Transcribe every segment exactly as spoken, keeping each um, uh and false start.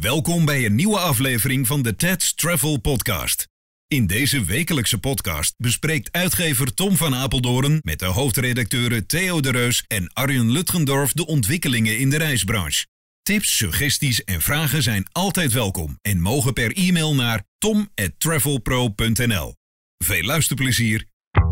Welkom bij een nieuwe aflevering van de Ted's Travel Podcast. In deze wekelijkse podcast bespreekt uitgever Tom van Apeldoorn met de hoofdredacteuren Theo de Reus en Arjen Lutgendorf de ontwikkelingen in de reisbranche. Tips, suggesties en vragen zijn altijd welkom en mogen per e-mail naar tom at travelpro punt n l. Veel luisterplezier!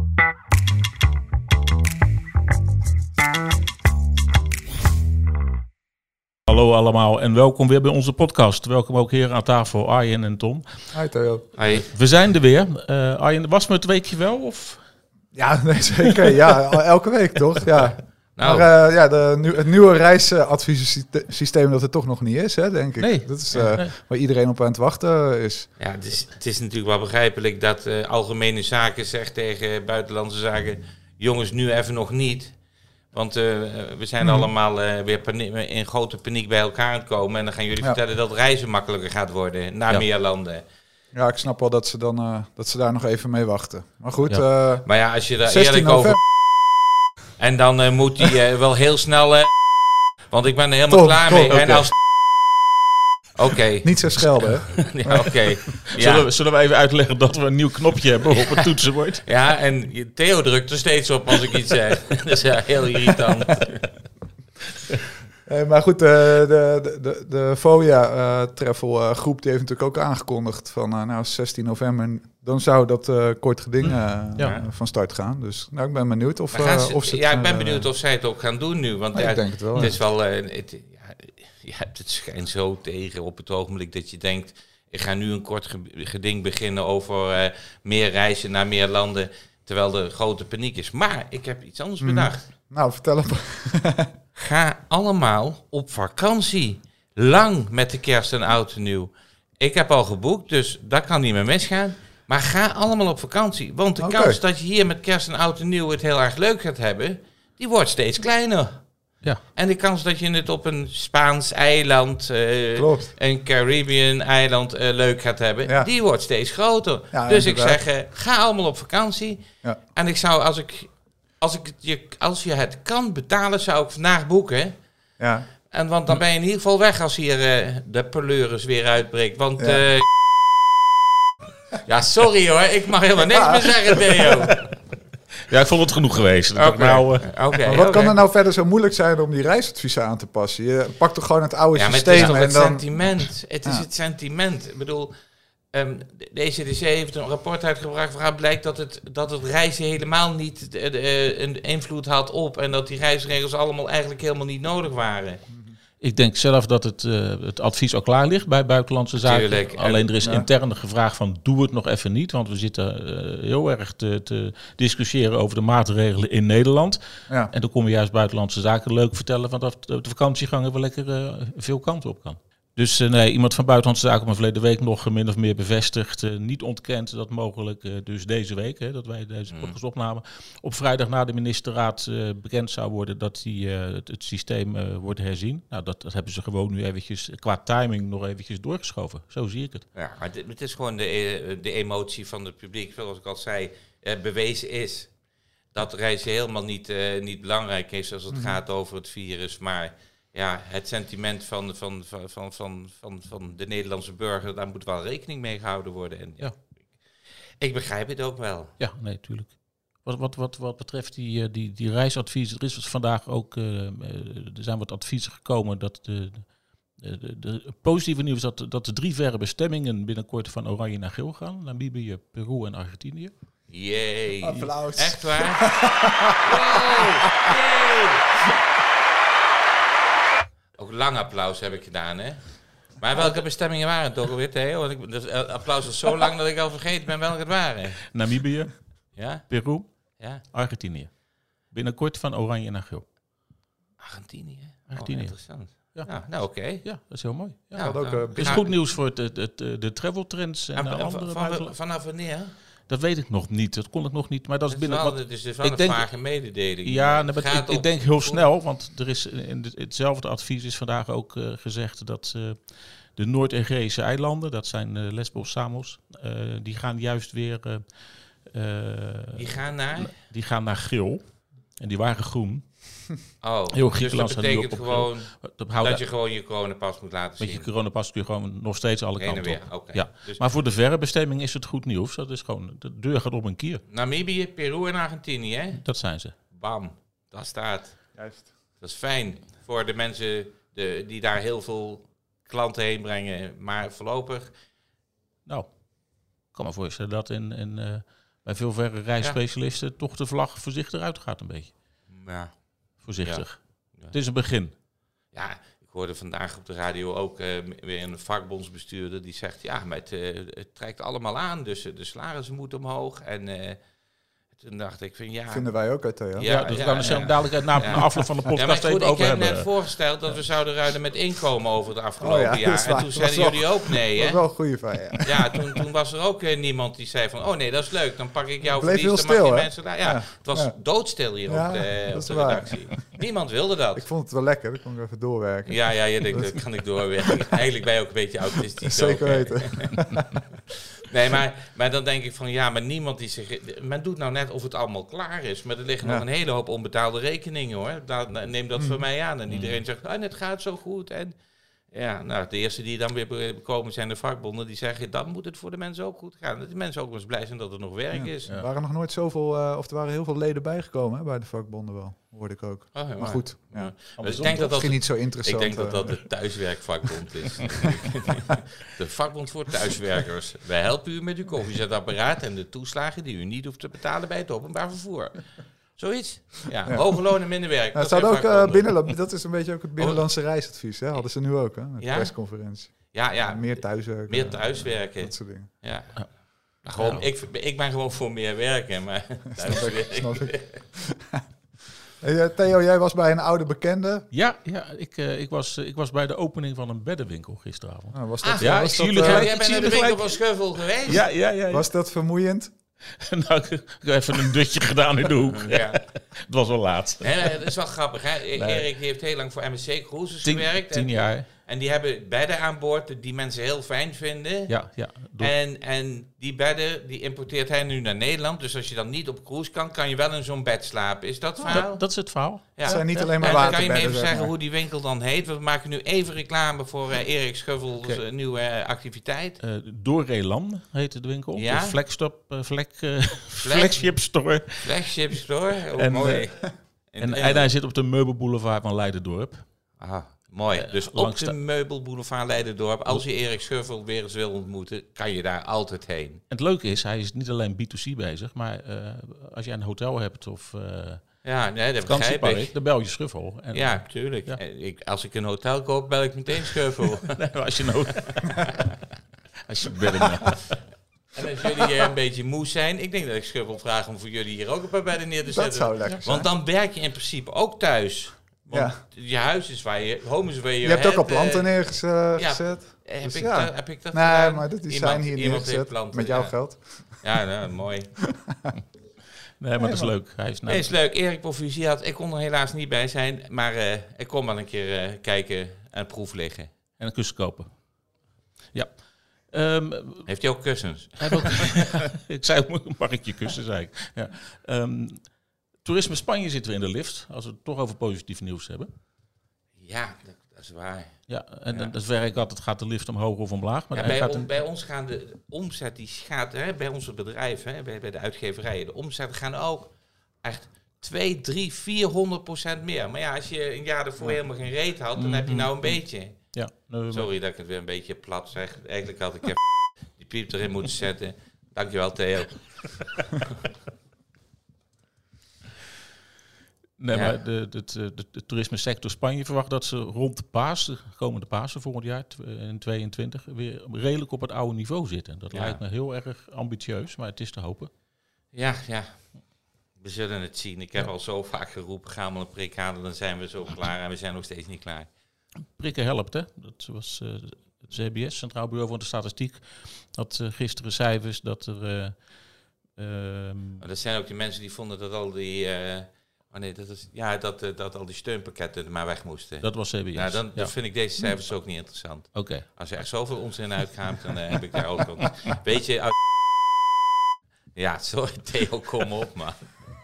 Hallo allemaal en welkom weer bij onze podcast. Welkom ook hier aan tafel, Arjen en Tom. Hi Theo. Hi. We zijn er weer. Uh, Arjen, was me het weekje wel? Of? Ja, nee, zeker. Ja, elke week toch? Ja. Nou. Maar uh, ja, de, het nieuwe reisadviezensysteem dat er toch nog niet is, hè, denk ik. Nee. Dat is uh, nee. waar iedereen op aan het wachten is. Ja, het is, het is natuurlijk wel begrijpelijk dat uh, Algemene Zaken zegt tegen Buitenlandse Zaken, jongens, nu even nog niet. Want uh, we zijn hmm. allemaal uh, weer paniek, in grote paniek bij elkaar aan het komen. En dan gaan jullie ja. vertellen dat reizen makkelijker gaat worden naar ja. meer landen. Ja, ik snap wel dat ze, dan, uh, dat ze daar nog even mee wachten. Maar goed. Ja. Uh, maar ja, als je daar eerlijk over... En dan uh, moet die uh, wel heel snel... Uh, want ik ben er helemaal top, klaar top, mee. Okay. En als... Oké. Okay. Niet zo schelden, hè? ja, oké. Okay. Ja. Zullen, we, zullen we even uitleggen dat we een nieuw knopje hebben op het toetsenbord? Ja, en Theo drukt er steeds op als ik iets zeg. Dat is ja heel irritant. Hey, maar goed, de, de, de, de V O I A uh, Travel uh, groep die heeft natuurlijk ook aangekondigd van uh, nou zestien november, dan zou dat uh, kort geding uh, ja. van start gaan. Dus nou, ik ben benieuwd of, uh, ze, of ze het, Ja, ik ben benieuwd uh, of zij het ook gaan doen nu. Want ja, ja, ik denk het wel. Het ja. is wel... Uh, het, ja, je hebt het schijn zo tegen op het ogenblik dat je denkt, ik ga nu een kort ge- geding beginnen over uh, meer reizen naar meer landen, terwijl er grote paniek is. Maar ik heb iets anders bedacht. Mm. Nou, vertel op. Ga allemaal op vakantie. Lang met de kerst en oud en nieuw. Ik heb al geboekt, dus dat kan niet meer misgaan. Maar ga allemaal op vakantie. Want de okay. kans dat je hier met kerst en oud en nieuw het heel erg leuk gaat hebben, die wordt steeds kleiner. Ja. En de kans dat je het op een Spaans eiland, uh, een Caribbean eiland uh, leuk gaat hebben, ja. die wordt steeds groter. Ja, dus inderdaad. Ik zeg, uh, ga allemaal op vakantie. Ja. En ik zou, als ik... Als, ik je, als je het kan betalen, zou ik vandaag boeken. Ja. En want dan ben je in ieder geval weg als hier uh, de pleuris weer uitbreekt. Want, ja. Uh, ja, sorry hoor, ik mag helemaal niks ja. meer zeggen, Theo. Ja, ik vond het genoeg geweest. Okay. Nou, uh, okay, maar wat okay. kan er nou verder zo moeilijk zijn om die reisadviezen aan te passen? Je pakt toch gewoon het oude ja, systeem. Ja, maar het is en het dan... sentiment. Het is ja. het sentiment. Ik bedoel... Um, de E C D C heeft een rapport uitgebracht waaruit blijkt dat het, dat het reizen helemaal niet uh, uh, een invloed had op en dat die reisregels allemaal eigenlijk helemaal niet nodig waren. Ik denk zelf dat het, uh, het advies al klaar ligt bij Buitenlandse Zaken. Tuurlijk. Alleen er is ja. intern gevraagd van doe het nog even niet. Want we zitten uh, heel erg te, te discussiëren over de maatregelen in Nederland. Ja. En dan kom je juist Buitenlandse Zaken leuk vertellen van dat de vakantieganger wel lekker uh, veel kanten op kan. Dus uh, nee, iemand van Buitenlandse Zaken me verleden week nog min of meer bevestigd. Uh, niet ontkend dat mogelijk uh, dus deze week, hè, dat wij deze podcast opnamen, op vrijdag na de ministerraad uh, bekend zou worden dat die, uh, het, het systeem uh, wordt herzien. Nou, dat, dat hebben ze gewoon nu eventjes qua timing nog eventjes doorgeschoven. Zo zie ik het. Ja, maar dit, het is gewoon de, de emotie van het publiek, zoals ik al zei, uh, bewezen is dat reizen helemaal niet, uh, niet belangrijk is als het mm-hmm. gaat over het virus, maar... Ja, het sentiment van, van, van, van, van, van, van de Nederlandse burger, daar moet wel rekening mee gehouden worden. En ja, ja. Ik begrijp het ook wel. Ja, nee, tuurlijk. Wat, wat, wat, wat betreft die, die, die reisadviezen, er is vandaag ook, uh, er zijn wat adviezen gekomen dat de, de, de, de positieve nieuws is dat, dat de drie verre bestemmingen binnenkort van oranje naar geel gaan. Namibië, Peru en Argentinië. Jee. Applaus. Echt waar? Wow. Yay. Ook lang applaus heb ik gedaan, hè? Maar welke bestemmingen waren het toch alweer, Theo? Want ik, dus applaus was zo lang dat ik al vergeten ben welke het waren. Namibië, ja? Peru, ja? Argentinië. Binnenkort van oranje naar geel. Argentinië? Argentinië. Oh, interessant. Ja. Nou, nou oké. Okay. Ja, dat is heel mooi. Ja. Nou, ook, uh, het is goed nieuws voor het, het, het, de travel trends en, en de andere van, buitenland. Vanaf wanneer? Dat weet ik nog niet. Dat kon ik nog niet. Maar dat is het binnen. Wel, wat, het is dus wel een denk, vage mededeling. Ja, nee, maar ik, ik denk heel snel, want er is in de, hetzelfde advies is vandaag ook uh, gezegd dat uh, de Noord-Egeïsche eilanden, dat zijn uh, Lesbos, Samos, uh, die gaan juist weer. Uh, uh, die gaan naar? Die gaan naar geel. En die waren groen. Oh, Heel dus Griekenland dat staat nu betekent op- gewoon Dat houdt dat je gewoon je coronapas moet laten zien. met je coronapas kun je gewoon nog steeds alle Heen en kanten weer, op. oké. Ja. Dus Maar voor de verre bestemming is het goed nieuws. Dat is gewoon, de deur gaat op een kier. Namibië, Peru en Argentinië, hè? Dat zijn ze. Bam, dat staat. Juist. Dat is fijn voor de mensen de, die daar heel veel klanten heen brengen. Maar voorlopig, Nou, ik kan me voorstellen dat in, in, uh, bij veel verre reisspecialisten ja. toch de vlag voorzichtig uitgaat een beetje. ja, Voorzichtig. Ja. Ja. Het is een begin. Ja, ik hoorde vandaag op de radio ook uh, weer een vakbondsbestuurder die zegt, ja, maar het, uh, het trekt allemaal aan, dus uh, de salarissen moeten omhoog. En uh, toen dacht ik van ja... Vinden wij ook uit, Theo. Ja, ja, dus ja, we gaan er ja. dadelijk na, ja. na afloop van de podcast ja, even over hebben. Ik heb net voorgesteld dat we zouden ruilen met inkomen over het afgelopen oh ja, jaar. En toen zeiden jullie ook nee, hè? Dat was wel een goede van, ja. Ja, toen, toen was er ook uh, niemand die zei van, oh nee, dat is leuk, dan pak ik jouw verlies, dan stil, mag je hè? mensen daar. Ja, ja, het was ja. doodstil hier ja, op de, op de redactie. Niemand wilde dat. Ik vond het wel lekker, dan kon ik even doorwerken. Ja, ja, je denkt, dat kan ik doorwerken. Eigenlijk ben je ook een beetje autistisch. Zeker ook, weten. Nee, maar, maar dan denk ik van ja, maar niemand die zich... Men doet nou net of het allemaal klaar is. Maar er liggen ja. nog een hele hoop onbetaalde rekeningen, hoor. Dan, neem dat mm. voor mij aan. En iedereen zegt, ah, het gaat zo goed. En ja, nou, de eerste die dan weer komen zijn de vakbonden. Die zeggen, dan moet het voor de mensen ook goed gaan. Dat de mensen ook wel eens blij zijn dat er nog werk ja. is. Ja. Er waren nog nooit zoveel, uh, of er waren heel veel leden bijgekomen hè, bij de vakbonden wel. Hoorde ik ook. Oh, ja, maar, maar goed. Ja. Ja. Dus ik denk dat dat, niet zo interessant. Ik denk dat dat de thuiswerkvakbond is. De vakbond voor thuiswerkers. Wij helpen u met uw koffiezetapparaat en de toeslagen die u niet hoeft te betalen bij het openbaar vervoer. Zoiets? Ja, ja. Hoge lonen, minder werk. Nou, dat, ook, uh, binnenland, dat is een beetje ook het binnenlandse reisadvies. Hè? Hadden ze nu ook, hè? Met de ja? persconferentie. Ja, ja. Meer thuiswerken. Meer thuiswerken. Dat soort dingen. Ja. Ja. Nou, gewoon, ja. ik, ik ben gewoon voor meer werken, maar thuiswerken. Snap ik. Hey, Theo, jij was bij een oude bekende. Ja, ja ik, uh, ik, was, uh, ik was bij de opening van een beddenwinkel gisteravond. Ah, was dat, ah, ja, was ik dat, zie jullie uh, gelijk. Jij bent naar de winkel van Scheuvel geweest? Ja, ja, ja, ja. Was dat vermoeiend? Nou, ik heb even een dutje gedaan in de hoek. Ja. Het was wel laat. Nee, dat is wel grappig, hè? Nee. Erik heeft heel lang voor M S C Cruises tien, gewerkt. Tien jaar. En, en die hebben bedden aan boord die mensen heel fijn vinden. Ja, ja. En, en die bedden, die importeert hij nu naar Nederland. Dus als je dan niet op cruise kan, kan je wel in zo'n bed slapen. Is dat het oh, verhaal? dat, dat is het verhaal. Ja. Het zijn niet alleen maar en waterbedden. Kan je me even zeggen maar. hoe die winkel dan heet? We maken nu even reclame voor uh, Erik Scheuvel's okay. uh, nieuwe uh, activiteit. Uh, Dorelan heette de winkel. Ja? De Flagstop, uh, flag, uh, Flagship Store. Flagship Store, oh, en, mooi. Uh, en, en hij zit op de meubelboulevard van Leiderdorp. Aha. Mooi. Dus uh, op de meubelboulevard Leiderdorp, als je Erik Scheuvel weer eens wil ontmoeten, kan je daar altijd heen. En het leuke is, hij is niet alleen B twee C bezig, maar uh, als jij een hotel hebt of uh, ja, nee, dat begrijp ik. Dan bel je Scheuvel. En, ja, tuurlijk. Ja. Ik, als ik een hotel koop, bel ik meteen Scheuvel. Nee, als je nood. Als je bedden. En als jullie hier een beetje moe zijn, ik denk dat ik Scheuvel vraag om voor jullie hier ook een paar bedden neer te zetten. Dat zou lekker zijn. Want dan werk je in principe ook thuis. Want ja. je huis is waar je, home is waar je... Je hebt ook al planten neergezet. Uh, ja, heb, dus ik ja. dat, heb ik dat Nee, gedaan? maar dat, die iemand, zijn hier neergezet planten, met jouw ja. geld. Ja, nou, mooi. Nee, maar dat is leuk. Hij is, nee, is leuk. Erik Proficiat, ik kon er helaas niet bij zijn, maar uh, ik kon wel een keer uh, kijken en proef liggen. En een kussen kopen. Ja. Um, Heeft hij ook kussens? Hij ook, ik zei, mag ik je kussen, zei ik. Ja. Um, Toerisme Spanje zitten we in de lift, als we het toch over positief nieuws hebben. Ja, dat, dat is waar. Ja, en ja. dat werk altijd gaat de lift omhoog of omlaag. Maar ja, bij, gaat on, een... bij ons gaan de, de omzet, die gaat, hè, bij onze bedrijven, hè, bij, bij de uitgeverijen, de omzetten gaan ook echt twee, drie, vierhonderd procent meer. Maar ja, als je een jaar ervoor ja. helemaal geen reet had, dan mm-hmm. heb je nou een beetje. Ja, nee, sorry dat ik het weer een beetje plat zeg. Eigenlijk had ik die piep erin moeten zetten. Dankjewel, Theo. Nee, ja. maar de, de, de, de, de toerisme sector Spanje verwacht dat ze rond de Pasen, de komende Pasen volgend jaar, in tweeëntwintig, weer redelijk op het oude niveau zitten. Dat ja. lijkt me heel erg ambitieus, maar het is te hopen. Ja, ja. We zullen het zien. Ik heb ja. al zo vaak geroepen, ga maar een prik halen, dan zijn we zo klaar. En we zijn nog steeds niet klaar. Prikken helpt, hè. Dat was uh, het C B S, Centraal Bureau voor de Statistiek, had uh, gisteren cijfers dat er... Uh, um, dat zijn ook die mensen die vonden dat al die... Uh, Oh nee, dat is ja dat, uh, dat al die steunpakketten er maar weg moesten. Dat was C B S. Nou, dan, ja. dan vind ik deze cijfers ook niet interessant. Oké. Okay. Als je echt zoveel onzin uitgaat, dan uh, heb ik daar ook op. Weet je, uit... ja, sorry Theo, kom op man.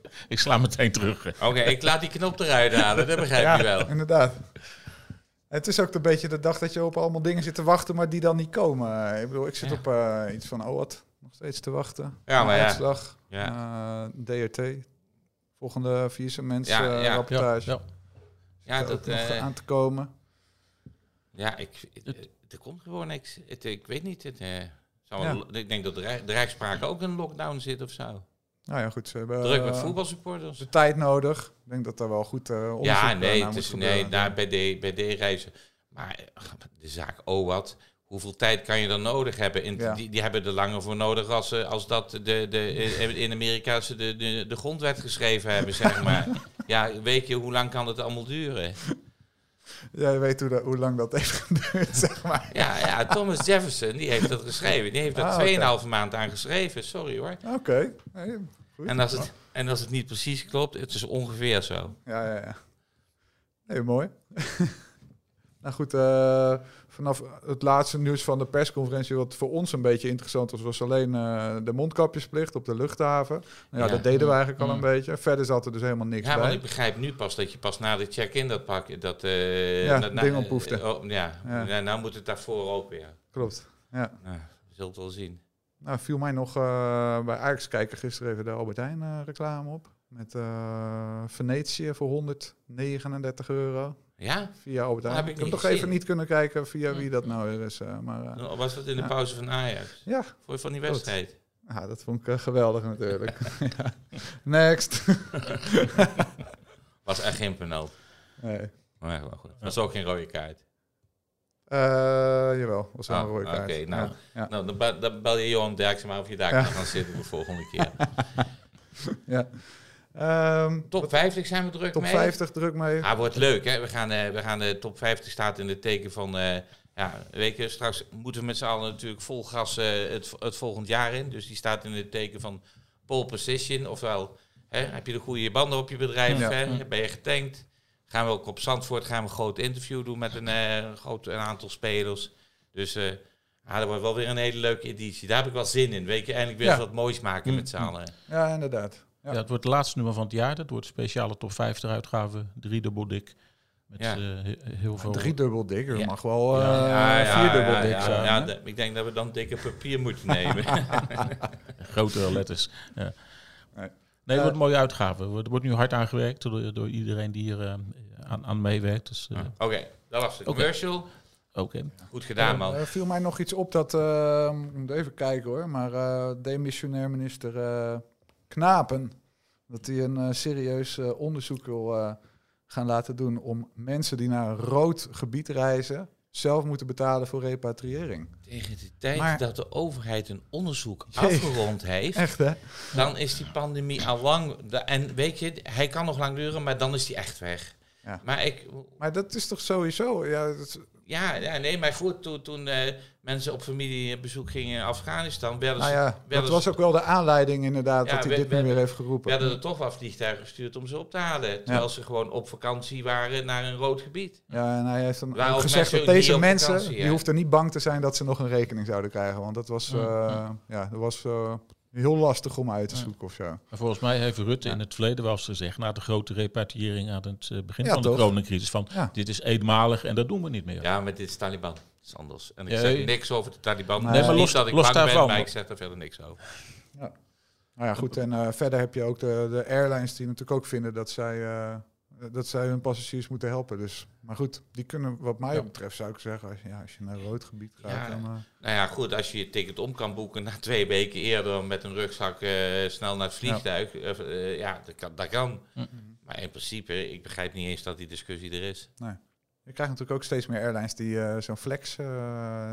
Ik sla meteen terug. Oké, okay, ik laat die knop eruit halen, dat begrijp ja, je wel. Inderdaad. Het is ook een beetje de dag dat je op allemaal dingen zit te wachten, maar die dan niet komen. Ik bedoel, ik zit ja. op uh, iets van, oh wat, nog steeds te wachten. Ja, maar ja. Uitslag, ja. Uh, D R T, volgende faillissement ja, ja. rapportage. Ja, ja. ja dat nog uh, aan te komen. Ja, ik, het, er komt gewoon niks. Het, ik weet niet. Het, uh, zou ja. een, ik denk dat de, Rij, de Rijksspraak ook in lockdown zit of zo. Nou ja, goed. Ze hebben druk met voetbalsupporters. De tijd nodig. Ik denk dat daar wel goed uh, onderzoek ja, nee, naar het is, moet nee, daar bij de bij de reizen. Maar de zaak, oh wat. Hoeveel tijd kan je dan nodig hebben? In, ja. die, die hebben er langer voor nodig als, als dat de, de, in Amerika ze de, de, de grondwet geschreven hebben, zeg maar. Ja, weet je, hoe lang kan het allemaal duren? Ja, je weet hoe, dat, hoe lang dat heeft geduurd, zeg maar. Ja, ja, Thomas Jefferson, die heeft dat geschreven. Die heeft er ah, tweeënhalve okay. maand aan geschreven. Sorry hoor. Oké. Okay. Nee, en, als het, en als het niet precies klopt, het is ongeveer zo. Ja, ja, ja. Nee, mooi. Nou goed, uh, vanaf het laatste nieuws van de persconferentie, wat voor ons een beetje interessant was, was alleen uh, de mondkapjesplicht op de luchthaven. Nou, ja, ja, dat deden we eigenlijk mm. al een beetje. Verder zat er dus helemaal niks ja, bij. Ja, want ik begrijp nu pas dat je pas na de check-in dat pak, dat uh, ja, dat, ding ontpoefde. Uh, oh, ja. Ja. ja, nou moet het daarvoor ook weer. Klopt, ja. Nou, we zullen het wel zien. Nou, viel mij nog uh, bij Ajax kijken gisteren even de Albert Heijn uh, reclame op. Met uh, Venetië voor honderdnegenendertig euro. Ja? Via Albert Heijn. Heb ik ik heb nog even niet kunnen kijken via wie dat nou weer is. Uh, maar, uh, was dat in de ja. pauze van Ajax? Ja. Voor je van die wedstrijd? Ja, dat vond ik uh, geweldig natuurlijk. ja. Next. Was echt geen penalty. Nee. Maar wel goed. Was ook geen rode kaart. Uh, jawel, was wel oh, een rode kaart. Oké, okay, nou, ja. Ja. nou dan, bel, dan bel je Johan Derksen of je daar ja. kan gaan zitten de volgende keer. ja. Um, top vijftig zijn we druk top mee. Top vijftig druk mee. Ah, wordt leuk, hè? We gaan, uh, we gaan de top vijftig staat in het teken van... Uh, ja, weet je, straks moeten we met z'n allen natuurlijk vol gas uh, het, het volgend jaar in. Dus die staat in het teken van pole position. Ofwel, hè, heb je de goede banden op je bedrijf, ja. hè? Ben je getankt? Gaan we ook op Zandvoort gaan we een groot interview doen met een, uh, een groot een aantal spelers. Dus uh, ah, dat wordt wel weer een hele leuke editie. Daar heb ik wel zin in. Weet je, eindelijk weer ja. eens wat moois maken mm. met z'n allen. Ja, inderdaad. Ja. Ja, het wordt het laatste nummer van het jaar. Dat wordt een speciale top vijftig uitgave. Driedubbel dik. Met ja. uh, heel veel... Driedubbel dik? Dat ja. mag wel uh, ja, ja, vierdubbel ja, dik ja, zijn. Ja, de, ik denk dat we dan dikke papier moeten nemen. Grotere letters. Ja. Nee, nee het wordt een mooie uitgave. Er wordt nu hard aangewerkt door, door iedereen die hier uh, aan, aan meewerkt. Dus, uh, Oké, okay, dat was de commercial. Okay. Okay. Goed gedaan, man. Er uh, viel mij nog iets op dat... Uh, ik moet even kijken hoor. Maar uh, demissionair minister uh, Knapen... dat hij een uh, serieus uh, onderzoek wil uh, gaan laten doen... om mensen die naar een rood gebied reizen... zelf moeten betalen voor repatriëring. Tegen de tijd maar, dat de overheid een onderzoek jee, afgerond heeft... Echt, hè? Dan is die pandemie al lang... En weet je, hij kan nog lang duren, maar dan is die echt weg. Ja. Maar, ik, maar dat is toch sowieso... Ja, dat, ja, ja, nee, maar goed, toen, toen uh, mensen op familiebezoek gingen in Afghanistan... Werden nou ja, ze, werden dat was ook wel de aanleiding inderdaad, ja, dat hij dit nu weer heeft geroepen. Werden er toch wel vliegtuigen gestuurd om ze op te halen. Terwijl ja. ze gewoon op vakantie waren naar een rood gebied. Ja, en hij heeft dan ook gezegd dat deze mensen... Vakantie, die ja. hoefden niet bang te zijn dat ze nog een rekening zouden krijgen. Want dat was, uh, ja. ja, dat was uh, heel lastig om uit te zoeken ja. of zo. Maar volgens mij heeft Rutte ja. in het verleden wel eens gezegd... na de grote repatriëring aan het uh, begin ja, van toch? de coronacrisis... van ja. dit is eenmalig en dat doen we niet meer. Ja, maar dit is Taliban. Dat is anders. En ik ja, zeg niks over de Taliban. Nee, nee, maar niet los, dat ik los bang daarvan, ben, maar ik zeg er verder niks over. Ja. Nou ja, goed. En uh, verder heb je ook de, de airlines die natuurlijk ook vinden... dat zij, uh, dat zij hun passagiers moeten helpen. Dus, maar goed, die kunnen wat mij ja. betreft, zou ik zeggen... als je, ja, als je naar een rood gebied gaat... Ja, dan, uh... nou ja, goed, als je je ticket om kan boeken... na twee weken eerder met een rugzak uh, snel naar het vliegtuig... Ja, uh, uh, ja dat kan. Dat kan. Mm-hmm. Maar in principe, ik begrijp niet eens dat die discussie er is. Nee. Je krijgt natuurlijk ook steeds meer airlines die uh, zo'n flex uh,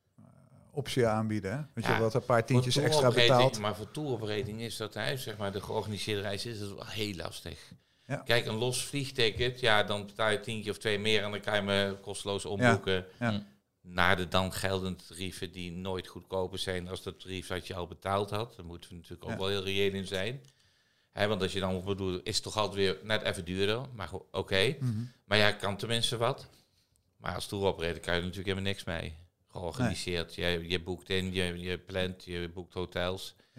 optie aanbieden. Hè? Weet ja, je, wat een paar tientjes extra betaalt. Maar voor touroperating is dat, hè, zeg maar, de georganiseerde reis is dat wel heel lastig. Ja. Kijk, een los vliegticket, ja, dan betaal je tientje of twee meer en dan kan je me kosteloos omboeken. Ja. Ja. Naar de dan geldende tarieven die nooit goedkoper zijn als dat tarief dat je al betaald had. Daar moeten we natuurlijk ook ja. wel heel reëel in zijn. He, want als je dan bedoelt, is het toch altijd weer net even duurder. Maar oké. Okay. Mm-hmm. Maar ja, kan tenminste wat. Maar als touroperator kan je er natuurlijk helemaal niks mee. Georganiseerd. Nee. Je, je boekt in, je, je plant, je boekt hotels. Ja.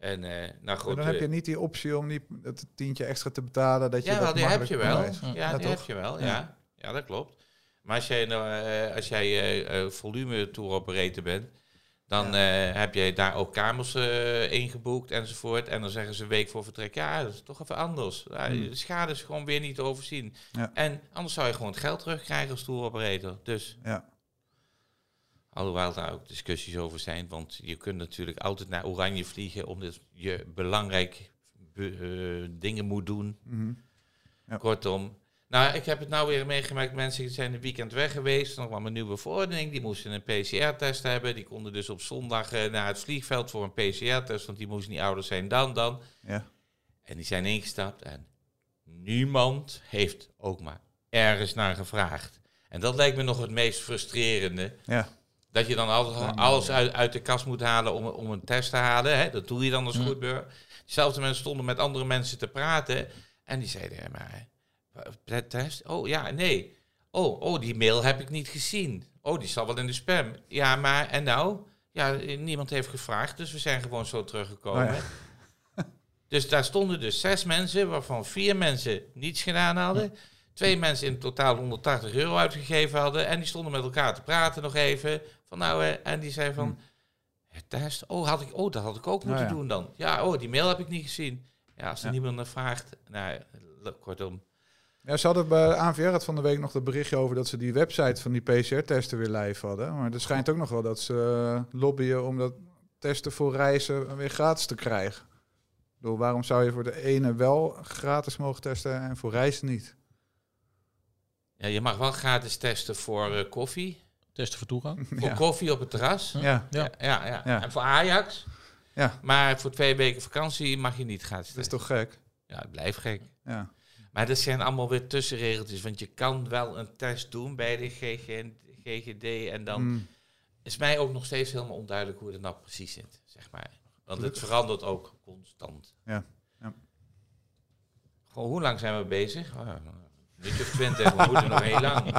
En, uh, nou goed, en dan heb je niet die optie om die, het tientje extra te betalen. Dat je ja, dat wel, die heb je wel. Ja, ja, ja, die heb je wel. Ja. Ja. ja, dat klopt. Maar als jij, uh, als jij uh, volume tour operator bent, dan ja. uh, heb je daar ook kamers uh, ingeboekt enzovoort. En dan zeggen ze een week voor vertrek, ja, dat is toch even anders. Ja, hmm. De schade is gewoon weer niet te overzien. Ja. En anders zou je gewoon het geld terugkrijgen als tour operator. Dus... Ja. Alhoewel daar ook discussies over zijn, want je kunt natuurlijk altijd naar Oranje vliegen omdat je belangrijk be, uh, dingen moet doen. Mm-hmm. Ja. Kortom. Nou, ik heb het nou weer meegemaakt. Mensen zijn een weekend weg geweest. Dan kwam een nieuwe verordening. Die moesten een P C R-test hebben. Die konden dus op zondag uh, naar het vliegveld voor een P C R-test, want die moesten niet ouder zijn dan dan. Ja. En die zijn ingestapt en niemand heeft ook maar ergens naar gevraagd. En dat lijkt me nog het meest frustrerende. Ja. Dat je dan alles, alles uit, uit de kast moet halen om, om een test te halen. Hè? Dat doe je dan als mm. goedbeur. Diezelfde mensen stonden met andere mensen te praten. En die zeiden, ja, maar test? Oh, ja, nee. Oh, oh, die mail heb ik niet gezien. Oh, die zal wel in de spam. Ja, maar en nou? Ja, niemand heeft gevraagd, dus we zijn gewoon zo teruggekomen. Oh, ja. Dus daar stonden dus zes mensen, waarvan vier mensen niets gedaan hadden. Twee mensen in totaal honderdtachtig euro uitgegeven hadden. En die stonden met elkaar te praten nog even. Van nou, eh, en die zei van... Het test? Oh, had ik, oh, dat had ik ook moeten nou ja. doen dan. Ja, oh, die mail heb ik niet gezien. Ja, als er ja. niemand naar vraagt... Nou, kortom. Ja, ze hadden bij A N V R het van de week nog dat berichtje over... dat ze die website van die P C R-testen weer live hadden. Maar er schijnt ook nog wel dat ze uh, lobbyen... om dat testen voor reizen weer gratis te krijgen. Ik bedoel, waarom zou je voor de ene wel gratis mogen testen... en voor reizen niet? Ja, je mag wel gratis testen voor uh, koffie. Testen voor toegang. Voor ja. koffie op het terras. Ja. Ja. Ja, ja, ja. ja. En voor Ajax. Ja. Maar voor twee weken vakantie mag je niet gratis testen. Dat is toch gek? Ja, het blijft gek. Ja. Maar dat zijn allemaal weer tussenregeltjes. Want je kan wel een test doen bij de G G D. En dan mm. is mij ook nog steeds helemaal onduidelijk hoe het nou precies zit. Zeg maar. Want Gelukkig. Het verandert ook constant. Ja. Ja. Goh, hoe lang zijn we bezig? Oh, Niet of twintig, we moeten nog heel lang.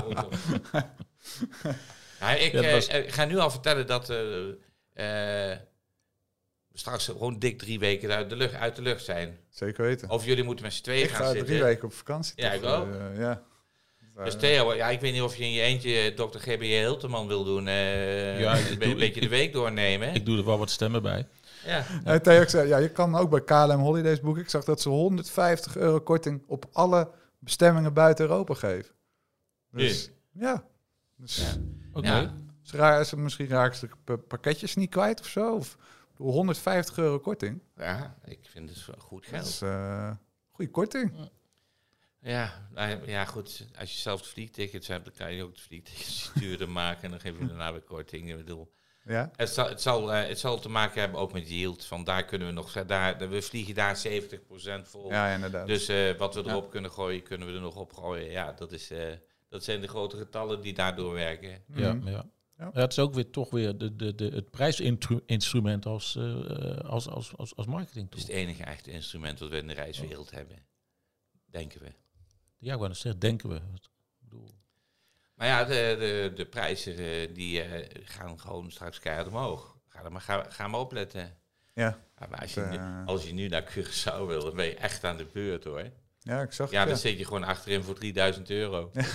Ja, ik ja, was... uh, ga nu al vertellen dat uh, uh, we straks gewoon dik drie weken uit de lucht, uit de lucht zijn. Zeker weten. Of jullie moeten met z'n tweeën gaan zitten. Ik ga drie weken op vakantie. Ja, ik ook. Uh, ja. Dus Theo, ja, ik weet niet of je in je eentje dokter G B J Hilterman wil doen. Uh, ja, een doe, beetje de week doornemen. Ik doe er wel wat stemmen bij. Ja. Ja, Theo zei, ja, je kan ook bij K L M Holidays boeken. Ik zag dat ze honderdvijftig euro korting op alle bestemmingen buiten Europa geven. Dus nee. ja. Dus, ja. Oké. Okay. Ja. Is raar, is misschien raak ze de pakketjes niet kwijt of zo. Of honderdvijftig euro korting. Ja, ik vind het goed geld. Dat is uh, goede korting. Ja, nou, ja, goed. Als je zelf de vliegtickets hebt, dan kan je ook de vliegtickets duurder maken. En dan geef je daarna weer korting. Ik bedoel, ja? het, zal, het, zal, uh, het zal te maken hebben ook met yield. Van daar kunnen we nog... Daar, we vliegen daar zeventig procent vol. Ja, inderdaad. Dus uh, wat we erop ja. kunnen gooien, kunnen we er nog op gooien. Ja, dat, is, uh, dat zijn de grote getallen die daardoor werken. Ja, mm-hmm. ja. Ja. Ja, het is ook weer toch weer de, de, de, het prijsinstrument als, uh, als, als, als, als marketing. Het is het enige echte instrument wat we in de reiswereld oh. hebben. Denken we. Ja, ik wou net zeggen, denken we. Ik bedoel. Maar ja, de, de, de prijzen uh, die uh, gaan gewoon straks keihard omhoog. Ga, er maar, ga, ga maar opletten. Ja. Ja, maar als je, nu, als je nu naar Curaçao wil, dan ben je echt aan de beurt hoor. Ja, ik zag ja, het. Dan ja. zit je gewoon achterin voor drieduizend euro. Ja.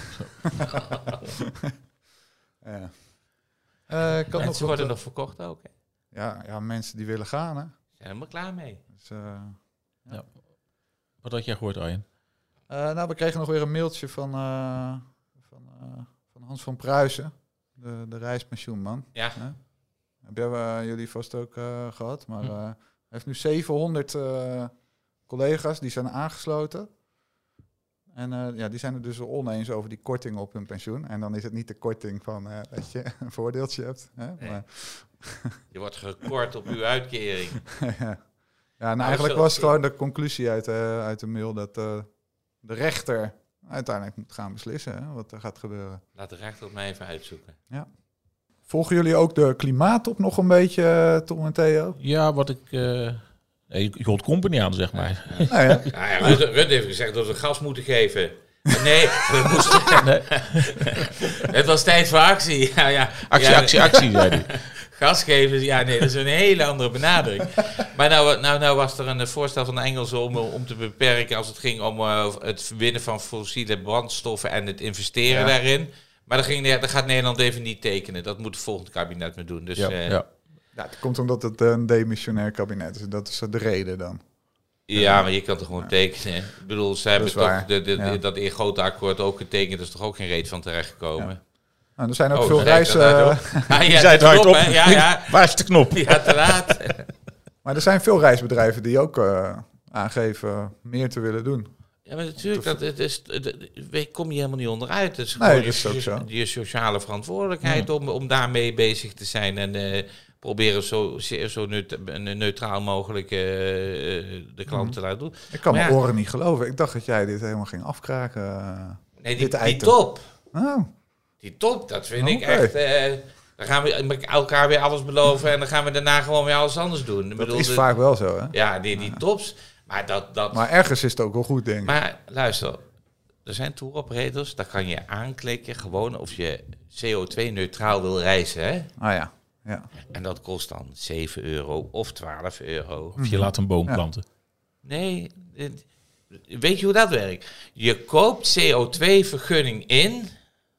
ja. Uh, kan en nog ze worden de... nog verkocht ook. Hè? Ja, ja, mensen die willen gaan, hè. Zijn helemaal klaar mee. Dus, uh, ja. Ja. Wat had jij gehoord, Arjen? Uh, nou, we kregen nog weer een mailtje van, uh, van, uh, van Hans van Pruisen, de, de reispensioenman. Ja. Uh, hebben uh, jullie vast ook uh, gehad. Maar uh, hij heeft nu zevenhonderd uh, collega's die zijn aangesloten. En uh, ja, die zijn het dus oneens over die korting op hun pensioen. En dan is het niet de korting van uh, dat je een voordeeltje hebt. Hè? Nee. Maar je wordt gekort op uw uitkering. ja, ja nou, nou, eigenlijk was het gewoon de conclusie uit, uh, uit de mail dat uh, de rechter uiteindelijk moet gaan beslissen hè, wat er gaat gebeuren. Laat de rechter het mij even uitzoeken. Ja. Volgen jullie ook de klimaattop nog een beetje, uh, Tom en Theo? Ja, wat ik... Uh... Je holt company aan, zeg maar. Ja, ja. Ja, ja, Rutte, Rutte heeft gezegd dat we gas moeten geven. Nee, we moesten... nee. Het was tijd voor actie. Ja, ja. Actie, ja. actie, actie, zei hij. Gas geven, ja nee, dat is een hele andere benadering. Maar nou, nou, nou was er een voorstel van de Engelsen om, om te beperken als het ging om uh, het winnen van fossiele brandstoffen en het investeren ja. daarin. Maar dat, ging, dat gaat Nederland even niet tekenen. Dat moet het volgende kabinet maar doen. Dus, ja. Uh, ja. ja, het komt omdat het een demissionair kabinet is. Dat is de reden dan. Ja, maar je kan het gewoon ja. tekenen. Ik bedoel, ze hebben toch de, de, ja. dat grote akkoord ook getekend. Er is toch ook geen reet van terechtgekomen. Ja. Nou, er zijn ook oh, veel reizen... Uh, ah, ja, zei het hard op. Ja, ja. Waar is de knop? Ja, te laat. Maar er zijn veel reisbedrijven die ook uh, aangeven meer te willen doen. Ja, maar natuurlijk, dat, het is, het, kom je helemaal niet onderuit. Het is nee, gewoon dat is je, ook zo. je sociale verantwoordelijkheid ja. om, om daarmee bezig te zijn. En uh, proberen zo, zo neutraal mogelijk uh, de klant te laten doen. Ik kan maar mijn ja, oren niet geloven. Ik dacht dat jij dit helemaal ging afkraken. Uh, nee, die, die top. Oh. Die top, dat vind okay. ik echt... Uh, dan gaan we elkaar weer alles beloven en dan gaan we daarna gewoon weer alles anders doen. Dat bedoel, is de, vaak wel zo, hè? Ja, die, die tops. Maar, dat, dat, maar ergens is het ook wel goed, denk ik. Maar luister, er zijn tour operators, daar kan je aanklikken gewoon of je C O twee neutraal wil reizen. Hè? Ah ja. ja. En dat kost dan zeven euro of twaalf euro. Of je laat een boom planten. Ja. Nee, weet je hoe dat werkt? Je koopt C O twee vergunning in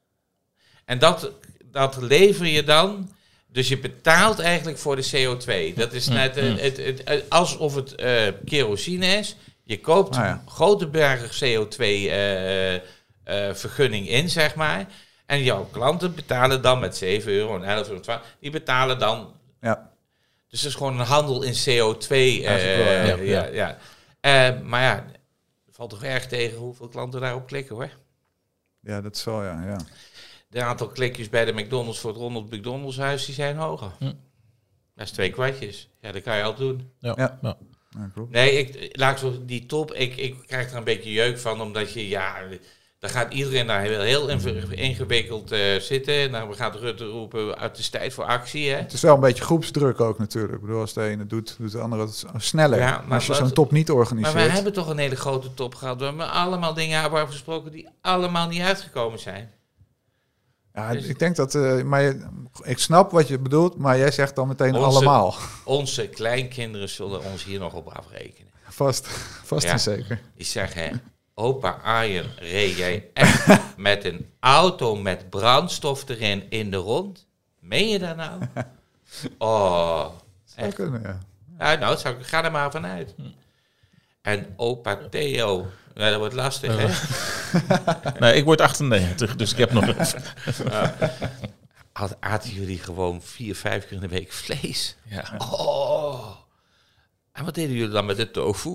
en dat, dat lever je dan. Dus je betaalt eigenlijk voor de C O twee. Dat is net uh, het, het, het, alsof het uh, kerosine is. Je koopt ah, ja. grote bergen C O twee uh, uh, vergunning in, zeg maar. En jouw klanten betalen dan met zeven euro en elf euro, twaalf. Die betalen dan. Ja. Dus het is gewoon een handel in C O twee. Uh, ja, ja, ja. ja. Uh, maar ja, het valt toch erg tegen hoeveel klanten daarop klikken, hoor. Ja, dat is wel, ja. ja. De aantal klikjes bij de McDonald's voor het Ronald McDonald's huis, die zijn hoger. Hm. Dat is twee kwartjes. Ja, dat kan je al doen. Ja. ja. ja. ja klopt. Nee, ik laat zo die top. Ik, ik krijg er een beetje jeuk van, omdat je, ja, dan gaat iedereen daar heel, heel ingewikkeld uh, zitten. Nou, we gaan Rutte roepen, het is tijd voor actie. Hè? Het is wel een beetje groepsdruk ook natuurlijk. Ik bedoel, als de ene doet, doet de andere het sneller. Ja, maar als je zo'n top niet organiseert. Maar we hebben toch een hele grote top gehad. We hebben allemaal dingen hebben gesproken die allemaal niet uitgekomen zijn. Ja, dus ik denk dat, uh, maar je, ik snap wat je bedoelt, maar jij zegt dan meteen onze, allemaal. Onze kleinkinderen zullen ons hier nog op afrekenen. Vast, vast ja, en zeker. Die zeggen, opa Arjen, reed jij echt met een auto met brandstof erin in de rond? Meen je dat nou? Oh, zou kunnen, ja. Ja, nou, zou ik, ga er maar vanuit. En opa Theo... Ja, dat wordt lastig, hè? Nee, ik word achtennegentig, dus ik heb nog even. Ja. Aten jullie gewoon vier, vijf keer in de week vlees? Ja. Oh. En wat deden jullie dan met de tofu?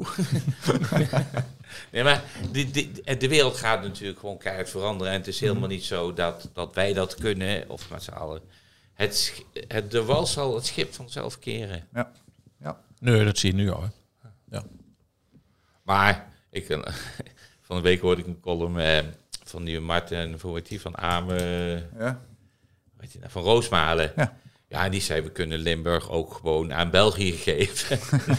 Nee, maar die, die, de wereld gaat natuurlijk gewoon keihard veranderen. En het is helemaal niet zo dat, dat wij dat kunnen, of met z'n allen. Het, het, de wal zal het schip vanzelf keren. Ja. Ja. Nee, dat zie je nu al, hè? Ja. Maar... Ik, van de week hoorde ik een column eh, van die Martin, hoe heet die, van Amen, ja. weet je, van Roosmalen. Ja. Ja, en die zei, we kunnen Limburg ook gewoon aan België geven.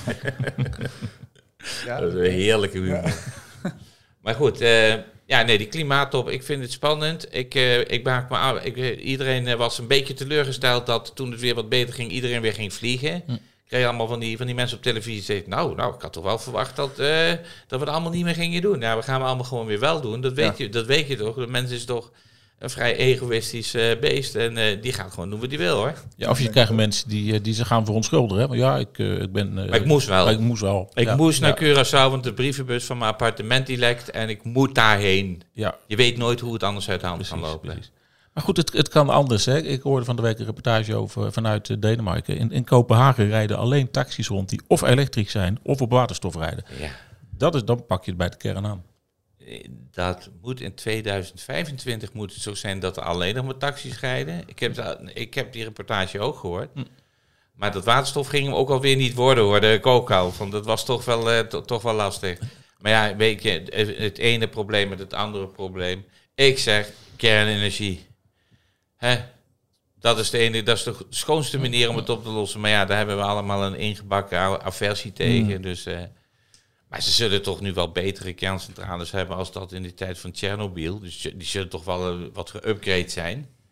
Ja, dat is een heerlijke humor. Ja. Maar goed, uh, ja, nee, die klimaattop, ik vind het spannend. Ik, uh, ik maak me aan, ik, iedereen was een beetje teleurgesteld dat toen het weer wat beter ging, iedereen weer ging vliegen. Hm. Kreeg je allemaal van die, van die mensen op televisie die zeggen, nou, nou, ik had toch wel verwacht dat, uh, dat we het allemaal niet meer gingen doen. Nou, we gaan het allemaal gewoon weer wel doen. Dat weet, ja. je, dat weet je toch. De mens is toch een vrij egoïstisch uh, beest. En uh, die gaat gewoon doen wat hij wil, hoor. Ja, of je krijgt mensen die, die zich gaan verontschuldigen. Hè? Maar ja, ik, uh, ik ben... Uh, maar ik moest wel. Ik moest wel. Ik ja. moest naar ja. Curaçao, want de brievenbus van mijn appartement die lekt. En ik moet daarheen. Ja. Je weet nooit hoe het anders uit de hand kan lopen. Precies. Maar goed, het, het kan anders. Hè. Ik hoorde van de week een reportage over vanuit uh, Denemarken. In, in Kopenhagen rijden alleen taxis rond die of elektrisch zijn of op waterstof rijden. Ja. Dat is, dan pak je het bij de kern aan. Dat moet in tweeduizend vijfentwintig moet het zo zijn dat er alleen nog maar taxis rijden. Ik heb, ik heb die reportage ook gehoord. Hm. Maar dat waterstof ging hem ook alweer niet worden, hoor. De ook al. Want dat was toch wel, uh, to, toch wel lastig. Maar ja, weet je, het ene probleem met het andere probleem. Ik zeg kernenergie. Hè? Dat is de ene, dat is de schoonste manier om het op te lossen. Maar ja, daar hebben we allemaal een ingebakken aversie tegen. Mm. Dus, uh, maar ze zullen toch nu wel betere kerncentrales hebben als dat in de tijd van Tsjernobyl. Dus die zullen toch wel uh, wat geüpgrade zijn.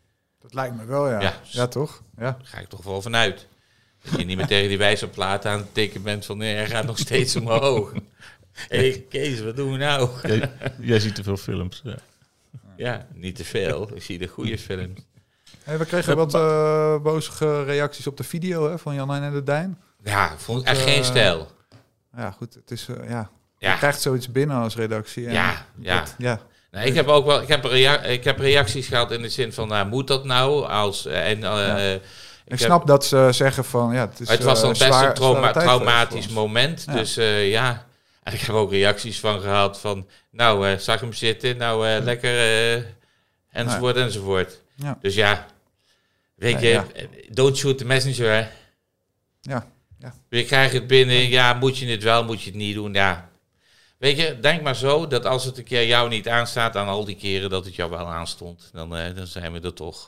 Dat lijkt me wel, ja. Ja, ja toch? Ja. Daar ga ik toch wel vanuit. Dat je niet meer tegen die wijzerplaat aan het tikken bent van... nee, hij gaat nog steeds omhoog. Hé, hey, Kees, wat doen we nou? Jij, jij ziet te veel films. Ja. ja, niet te veel. Ik zie de goede films. Hey, we kregen wat uh, bozige reacties op de video hè, van Jan en de Dijn. Ja, vond ik echt uh, geen stijl. Ja, goed. Het is, uh, ja. ja. Je krijgt zoiets binnen als redactie. En ja, ja. Dat, ja. Nou, ik heb ook wel, ik heb, rea- ik heb reacties gehad in de zin van, nou, moet dat nou? Als, uh, en, uh, ja. uh, ik, ik snap heb, dat ze zeggen van, ja, het is het was dan uh, best zwaar, een trauma- traumatisch moment. Ja. Dus uh, ja, en ik heb ook reacties van gehad van, nou, uh, zag hem zitten, nou, uh, lekker, uh, enzovoort, ja. enzovoort. Ja. Dus ja, weet je, ja, ja. don't shoot the messenger, hè. Ja. ja. Je krijgt het binnen, ja, moet je het wel, moet je het niet doen, ja. Weet je, denk maar zo dat als het een keer jou niet aanstaat, aan al die keren dat het jou wel aanstond, dan, uh, dan zijn we er toch.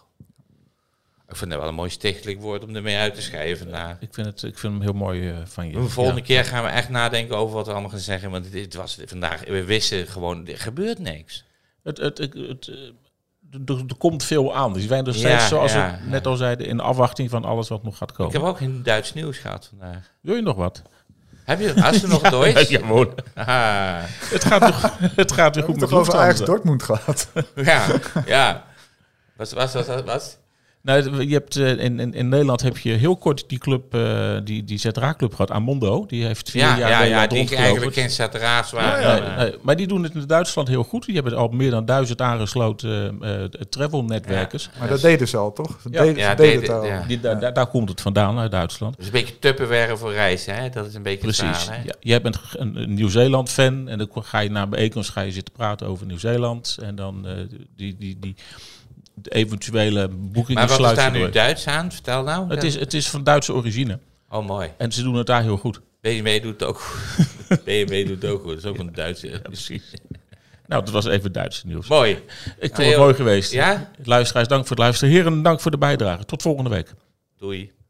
Ik vind dat wel een mooi stichtelijk woord om ermee uit te schrijven. Ja, ik, vind het, ik vind hem heel mooi uh, van je. De volgende ja. keer gaan we echt nadenken over wat we allemaal gaan zeggen, want het was vandaag, we wisten gewoon, er gebeurt niks. Het, het, het, het, er, er komt veel aan, dus wij zijn er steeds, ja, zoals ja, we net ja. al zeiden, in afwachting van alles wat nog gaat komen. Ik heb ook geen Duits nieuws gehad vandaag. Wil je nog wat? Heb je, als je nog ja, Duits? Ja, gewoon. Het gaat toch, het gaat weer goed met over Ajax Dortmund gehad. Ja, ja. Wat was dat? Wat? Nou, je hebt, uh, in, in, in Nederland heb je heel kort die club, uh, die, die Z R A-club gehad, Amondo. Die heeft vier ja, jaar Ja, ja, die eigenlijk geen Z R A's waren. Ja, ja, nee, maar die doen het in Duitsland heel goed. Die hebben al meer dan duizend aangesloten uh, uh, travel-netwerkers. Ja, maar dat deden ze al, toch? Ja, deden, ja, deden deden, het al. Ja. Die, da, da, daar komt het vandaan, uit Duitsland. Dus een beetje Tupperware voor reizen, hè? Dat is een beetje precies. Zaal, hè? Ja, jij bent een, een Nieuw-Zeeland-fan en dan ga je naar bijeenkomst, ga je zitten praten over Nieuw-Zeeland. En dan uh, die... die, die de eventuele boekingen. Maar wat sluiten is daar nu door. Duits aan? Vertel nou. Het is, het is van Duitse origine. Oh, mooi. En ze doen het daar heel goed. B M W doet het ook goed. B M W doet het ook goed. Dat is ook een Duitse. Ja, precies. Nou, dat was even Duitse nieuws. Mooi. Ik vond het mooi geweest. Ja? Luisteraars, dank voor het luisteren. Heren, dank voor de bijdrage. Tot volgende week. Doei.